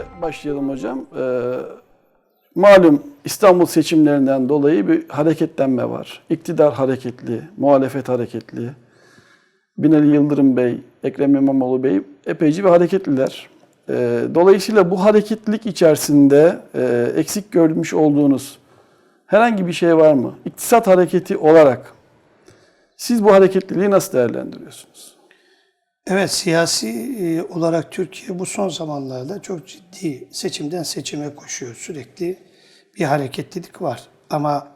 başlayalım hocam. Malum İstanbul seçimlerinden dolayı bir hareketlenme var. İktidar hareketli, muhalefet hareketli. Binali Yıldırım Bey, Ekrem İmamoğlu Bey epeyce bir hareketliler. Dolayısıyla bu hareketlilik içerisinde eksik görmüş olduğunuz herhangi bir şey var mı? İktisat hareketi olarak siz bu hareketliliği nasıl değerlendiriyorsunuz? Evet, siyasi olarak Türkiye bu son zamanlarda çok ciddi seçimden seçime koşuyor. Sürekli bir hareketlilik var. Ama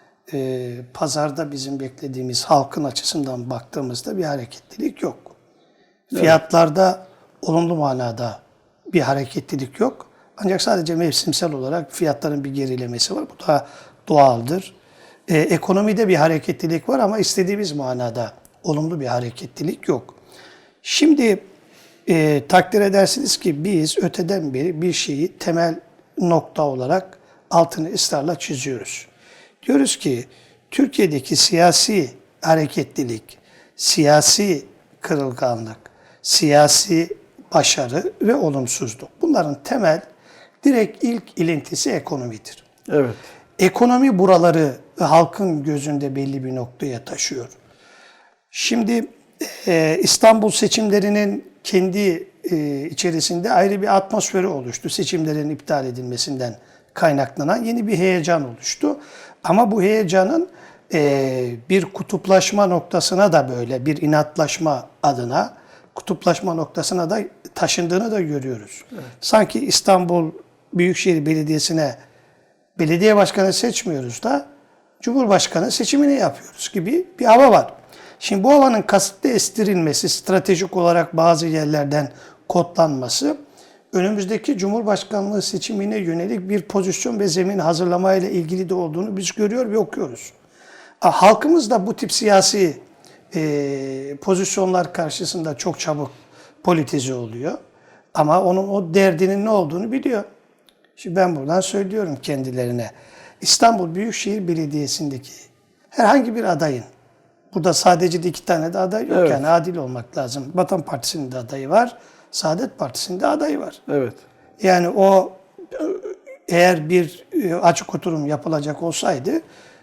pazarda bizim beklediğimiz halkın açısından baktığımızda bir hareketlilik yok. Evet. Fiyatlarda olumlu manada bir hareketlilik yok. Ancak sadece mevsimsel olarak fiyatların bir gerilemesi var. Bu da doğaldır. Ekonomide bir hareketlilik var ama istediğimiz manada olumlu bir hareketlilik yok. Şimdi takdir edersiniz ki biz öteden beri bir şeyi temel nokta olarak altını ısrarla çiziyoruz. Diyoruz ki Türkiye'deki siyasi hareketlilik, siyasi kırılganlık, siyasi başarı ve olumsuzluk. Bunların temel, direkt ilk ilintisi ekonomidir. Evet. Ekonomi buraları halkın gözünde belli bir noktaya taşıyor. Şimdi İstanbul seçimlerinin kendi içerisinde ayrı bir atmosferi oluştu. Seçimlerin iptal edilmesinden kaynaklanan yeni bir heyecan oluştu. Ama bu heyecanın bir kutuplaşma noktasına da böyle bir inatlaşma adına kutuplaşma noktasına da taşındığını da görüyoruz. Evet. Sanki İstanbul Büyükşehir Belediyesi'ne belediye başkanı seçmiyoruz da Cumhurbaşkanı seçimini yapıyoruz gibi bir hava var. Şimdi bu havanın kasıtlı estirilmesi, stratejik olarak bazı yerlerden kodlanması, önümüzdeki Cumhurbaşkanlığı seçimine yönelik bir pozisyon ve zemin hazırlamayla ilgili de olduğunu biz görüyor ve okuyoruz. Halkımız da bu tip siyasi pozisyonlar karşısında çok çabuk politize oluyor. Ama onun o derdinin ne olduğunu biliyor. Şimdi ben buradan söylüyorum kendilerine. İstanbul Büyükşehir Belediyesi'ndeki herhangi bir adayın, burada sadece de 2 tane de aday yok, evet. Yani adil olmak lazım. Vatan Partisi'nin de adayı var, Saadet Partisi'nin de adayı var. Evet. Yani o eğer bir açık oturum yapılacak olsaydı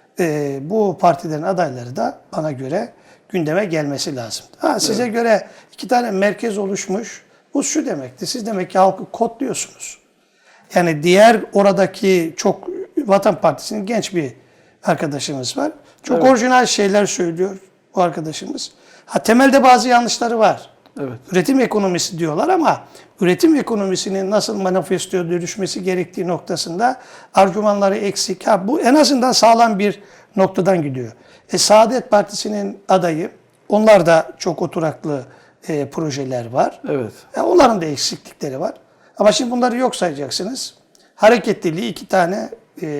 bu partilerin adayları da bana göre gündeme gelmesi lazım. Size evet. Göre 2 tane merkez oluşmuş. Bu şu demekti. Siz demek ki halkı kodluyorsunuz. Yani diğer oradaki çok Vatan Partisi'nin genç bir arkadaşımız var. Çok evet. Orijinal şeyler söylüyor bu arkadaşımız. Temelde bazı yanlışları var. Evet. Üretim ekonomisi diyorlar ama üretim ekonomisinin nasıl manifestoya dönüşmesi gerektiği noktasında argümanları eksik. Bu en azından sağlam bir noktadan gidiyor. Saadet Partisi'nin adayı, onlar da çok oturaklı projeler var. Evet. Onların da eksiklikleri var. Ama şimdi bunları yok sayacaksınız. Hareketliliği 2 tane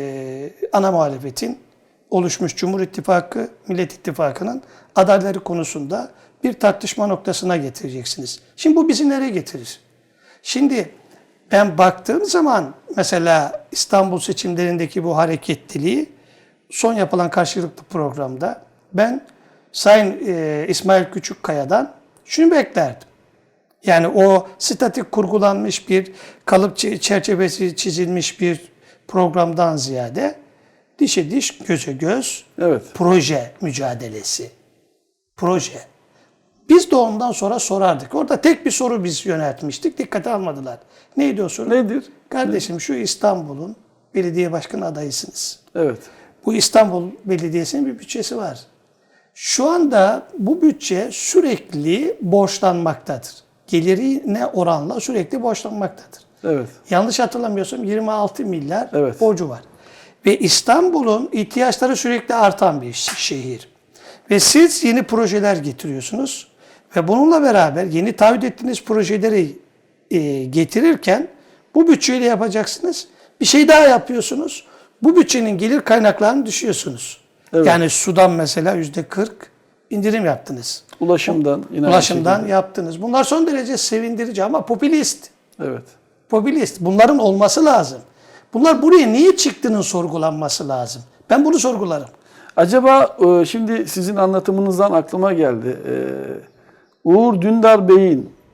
ana muhalefetin oluşmuş Cumhur İttifakı, Millet İttifakı'nın adayları konusunda bir tartışma noktasına getireceksiniz. Şimdi bu bizi nereye getirir? Şimdi ben baktığım zaman mesela İstanbul seçimlerindeki bu hareketliliği son yapılan karşılıklı programda ben Sayın İsmail Küçükkaya'dan şunu beklerdim. Yani o statik kurgulanmış bir kalıp çerçevesi çizilmiş bir programdan ziyade dişe diş, göze göz, evet. Proje mücadelesi. Proje. Biz de ondan sonra sorardık. Orada tek bir soru biz yöneltmiştik. Dikkate almadılar. Neydi o soru? Nedir? Kardeşim şu İstanbul'un belediye başkanı adayısınız. Evet. Bu İstanbul Belediyesi'nin bir bütçesi var. Şu anda bu bütçe sürekli borçlanmaktadır. Gelirine oranla sürekli borçlanmaktadır. Evet. Yanlış hatırlamıyorsam 26 milyar evet. borcu var. Ve İstanbul'un ihtiyaçları sürekli artan bir şehir. Ve siz yeni projeler getiriyorsunuz. Ve bununla beraber yeni taahhüt ettiğiniz projeleri getirirken bu bütçeyle yapacaksınız. Bir şey daha yapıyorsunuz. Bu bütçenin gelir kaynaklarını düşüyorsunuz. Evet. Yani sudan mesela %40 indirim yaptınız. Ulaşımdan yaptınız. Bunlar son derece sevindirici ama popülist. Evet. Popülist. Bunların olması lazım. Bunlar buraya niye çıktığının sorgulanması lazım. Ben bunu sorgularım. Acaba şimdi sizin anlatımınızdan aklıma geldi. Uğur Dündar Bey'in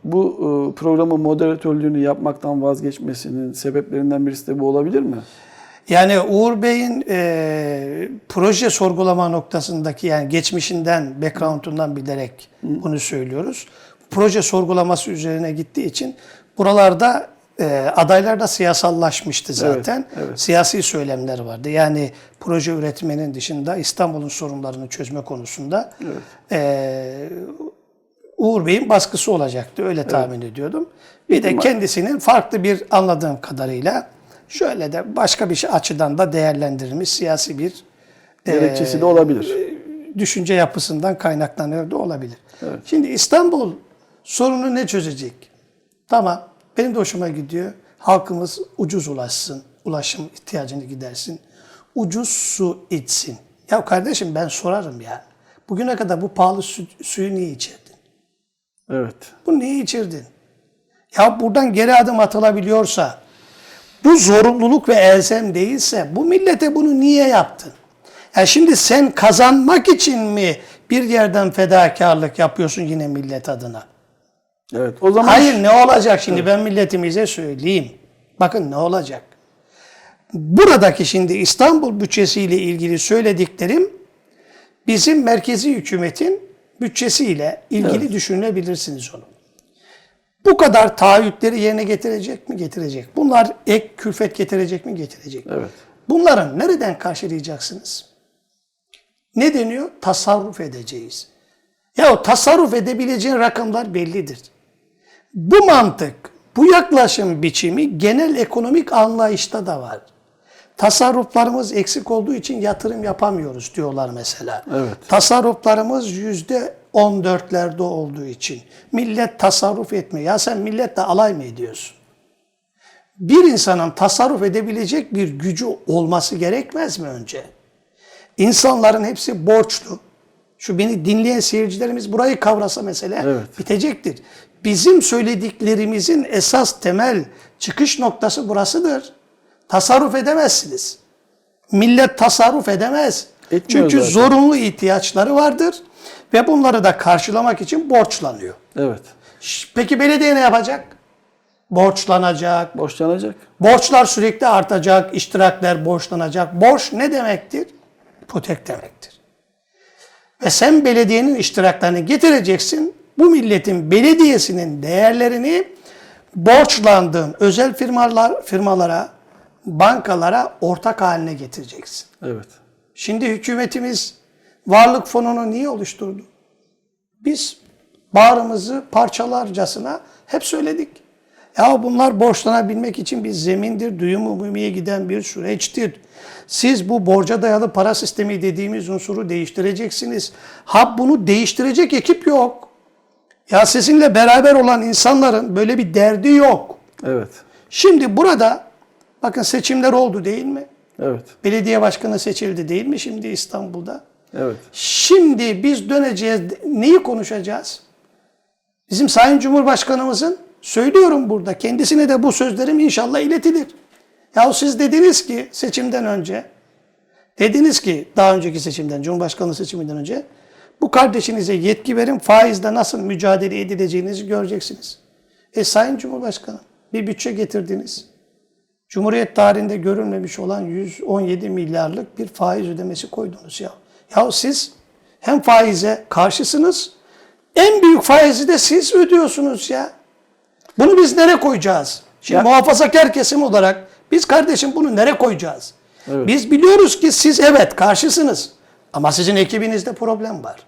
bu programın moderatörlüğünü yapmaktan vazgeçmesinin sebeplerinden birisi de bu olabilir mi? Yani Uğur Bey'in proje sorgulama noktasındaki, yani geçmişinden, background'undan bilerek bunu söylüyoruz. Proje sorgulaması üzerine gittiği için buralarda adaylar da siyasallaşmıştı zaten. Evet, evet. Siyasi söylemler vardı. Yani proje üretmenin dışında İstanbul'un sorunlarını çözme konusunda Uğur Bey'in baskısı olacaktı. Öyle tahmin ediyordum. Bir de kendisinin farklı bir, anladığım kadarıyla, şöyle de başka bir açıdan da değerlendirilmiş siyasi bir Gerekçesi de olabilir. düşünce yapısından kaynaklanıyor da olabilir. Evet. Şimdi İstanbul sorunu ne çözecek? Tamam, benim de hoşuma gidiyor. Halkımız ucuz ulaşsın, ulaşım ihtiyacını gidersin. Ucuz su içsin. Ya kardeşim, ben sorarım ya. Bugüne kadar bu pahalı suyu niye içirdin? Evet. Bu niye içirdin? Ya buradan geri adım atılabiliyorsa, bu zorunluluk ve elzem değilse, bu millete bunu niye yaptın? Ya şimdi sen kazanmak için mi bir yerden fedakarlık yapıyorsun yine millet adına? Evet. O zaman Hayır, ne olacak şimdi, ben milletimize söyleyeyim. Bakın ne olacak. Buradaki şimdi İstanbul bütçesiyle ilgili söylediklerim bizim merkezi hükümetin bütçesiyle ilgili düşünebilirsiniz onu. Bu kadar taahhütleri yerine getirecek mi? Getirecek. Bunlar ek külfet getirecek mi? Getirecek. Evet. Bunların nereden karşılayacaksınız? Ne deniyor? Tasarruf edeceğiz. Ya o tasarruf edebileceğin rakamlar bellidir. Bu mantık, bu yaklaşım biçimi genel ekonomik anlayışta da var. Tasarruflarımız eksik olduğu için yatırım yapamıyoruz diyorlar mesela. Evet. Tasarruflarımız %14'lerde olduğu için. Millet tasarruf etmiyor. Ya sen milletle alay mı ediyorsun? Bir insanın tasarruf edebilecek bir gücü olması gerekmez mi önce? İnsanların hepsi borçlu. Şu beni dinleyen seyircilerimiz burayı kavrasa mesela bitecektir. Bizim söylediklerimizin esas temel çıkış noktası burasıdır. Tasarruf edemezsiniz. Millet tasarruf edemez. Çünkü zaten. zorunlu ihtiyaçları vardır ve bunları da karşılamak için borçlanıyor. Evet. Peki belediye ne yapacak? Borçlanacak. Borçlanacak. Borçlar sürekli artacak, iştirakler borçlanacak. Borç ne demektir? Ipotek demektir. Ve sen belediyenin iştiraklarını getireceksin. Bu milletin belediyesinin değerlerini borçlandığın özel firmalara, bankalara ortak haline getireceksin. Evet. Şimdi hükümetimiz varlık fonunu niye oluşturdu? Biz bağrımızı parçalarcasına hep söyledik. Ya bunlar borçlanabilmek için bir zemindir, duyum umumiye giden bir süreçtir. Siz bu borca dayalı para sistemi dediğimiz unsuru değiştireceksiniz. Ha, bunu değiştirecek ekip yok. Ya sizinle beraber olan insanların böyle bir derdi yok. Evet. Şimdi burada bakın seçimler oldu değil mi? Evet. Belediye başkanı seçildi değil mi şimdi İstanbul'da? Evet. Şimdi biz döneceğiz, neyi konuşacağız? Bizim Sayın Cumhurbaşkanımızın, söylüyorum burada, kendisine de bu sözlerim inşallah iletilir. Yahu siz dediniz ki seçimden önce, dediniz ki daha önceki seçimden, Cumhurbaşkanlığı seçiminden önce, bu kardeşinize yetki verin, faizle nasıl mücadele edileceğinizi göreceksiniz. Sayın Cumhurbaşkanım, bir bütçe getirdiniz. Cumhuriyet tarihinde görülmemiş olan 117 milyarlık bir faiz ödemesi koydunuz ya. Yahu siz hem faize karşısınız, en büyük faizi de siz ödüyorsunuz ya. Bunu biz nereye koyacağız? Şimdi muhafazakar kesim olarak biz kardeşim bunu nereye koyacağız? Evet. Biz biliyoruz ki siz evet karşısınız ama sizin ekibinizde problem var.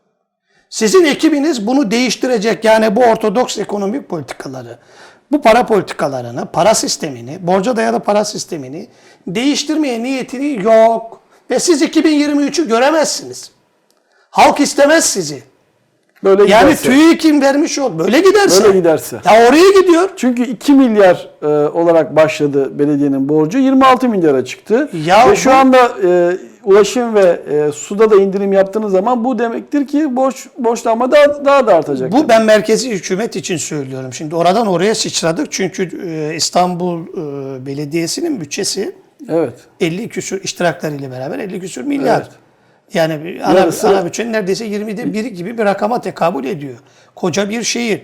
Sizin ekibiniz bunu değiştirecek, yani bu ortodoks ekonomik politikaları, bu para politikalarını, para sistemini, borca dayalı para sistemini değiştirmeye niyetini yok. Ve siz 2023'ü göremezsiniz. Halk istemez sizi. Böyle Yani giderse. tüyü kim vermiş ol. Böyle giderse. Böyle giderse. Ya oraya gidiyor. Çünkü 2 milyar olarak başladı belediyenin borcu. 26 milyara çıktı. Ya ve şu anda ulaşım ve suda da indirim yaptığınız zaman bu demektir ki borçlanma daha da artacak. Bu ben merkezi hükümet için söylüyorum. Şimdi oradan oraya sıçradık. Çünkü İstanbul Belediyesi'nin bütçesi 50 küsür iştiraklarıyla beraber 50 küsür milyar. Evet. Yani ana bütçenin neredeyse 20'de biri gibi bir rakama tekabül ediyor. Koca bir şehir.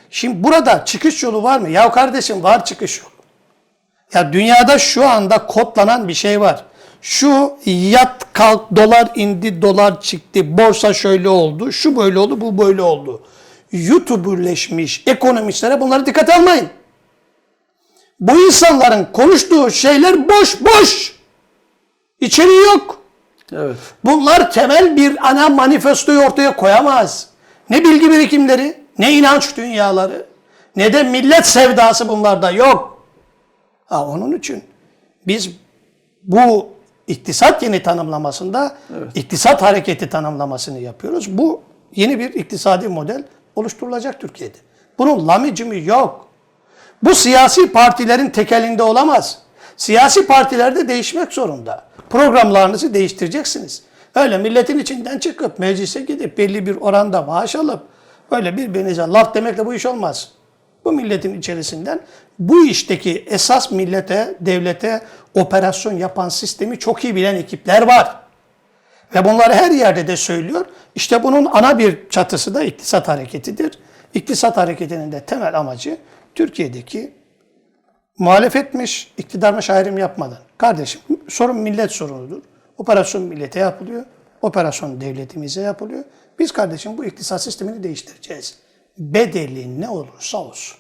Şimdi burada çıkış yolu var mı? Ya kardeşim var çıkış yolu. Ya dünyada şu anda kodlanan bir şey var. Şu yat kalk, dolar indi, dolar çıktı, borsa şöyle oldu, şu böyle oldu, bu böyle oldu. YouTuber'leşmiş ekonomistlere bunları dikkate almayın. Bu insanların konuştuğu şeyler boş boş. İçeriği yok. Evet. Bunlar temel bir ana manifestoyu ortaya koyamaz. Ne bilgi birikimleri, ne inanç dünyaları, ne de millet sevdası bunlarda yok. Onun için biz bu iktisat yeni tanımlamasında iktisat hareketi tanımlamasını yapıyoruz. Bu yeni bir iktisadi model oluşturulacak Türkiye'de. Bunun lamicimi yok. Bu siyasi partilerin tek elinde olamaz. Siyasi partiler de değişmek zorunda. Programlarınızı değiştireceksiniz. Öyle milletin içinden çıkıp meclise gidip belli bir oranda maaş alıp böyle birbirinize laf demekle bu iş olmaz. Bu milletin içerisinden bu işteki esas millete, devlete operasyon yapan sistemi çok iyi bilen ekipler var. Ve bunları her yerde de söylüyor. İşte bunun ana bir çatısı da iktisat hareketidir. İktisat hareketinin de temel amacı Türkiye'deki muhalefetmiş, iktidarmış ayrım yapmadan. Kardeşim sorun millet sorunudur. Operasyon millete yapılıyor. Operasyon devletimize yapılıyor. Biz kardeşim bu iktisat sistemini değiştireceğiz. Bedeli ne olursa olsun.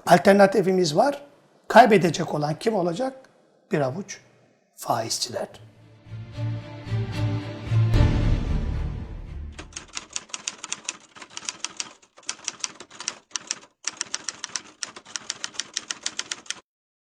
Alternatifimiz var. Kaybedecek olan kim olacak? Bir avuç faizciler.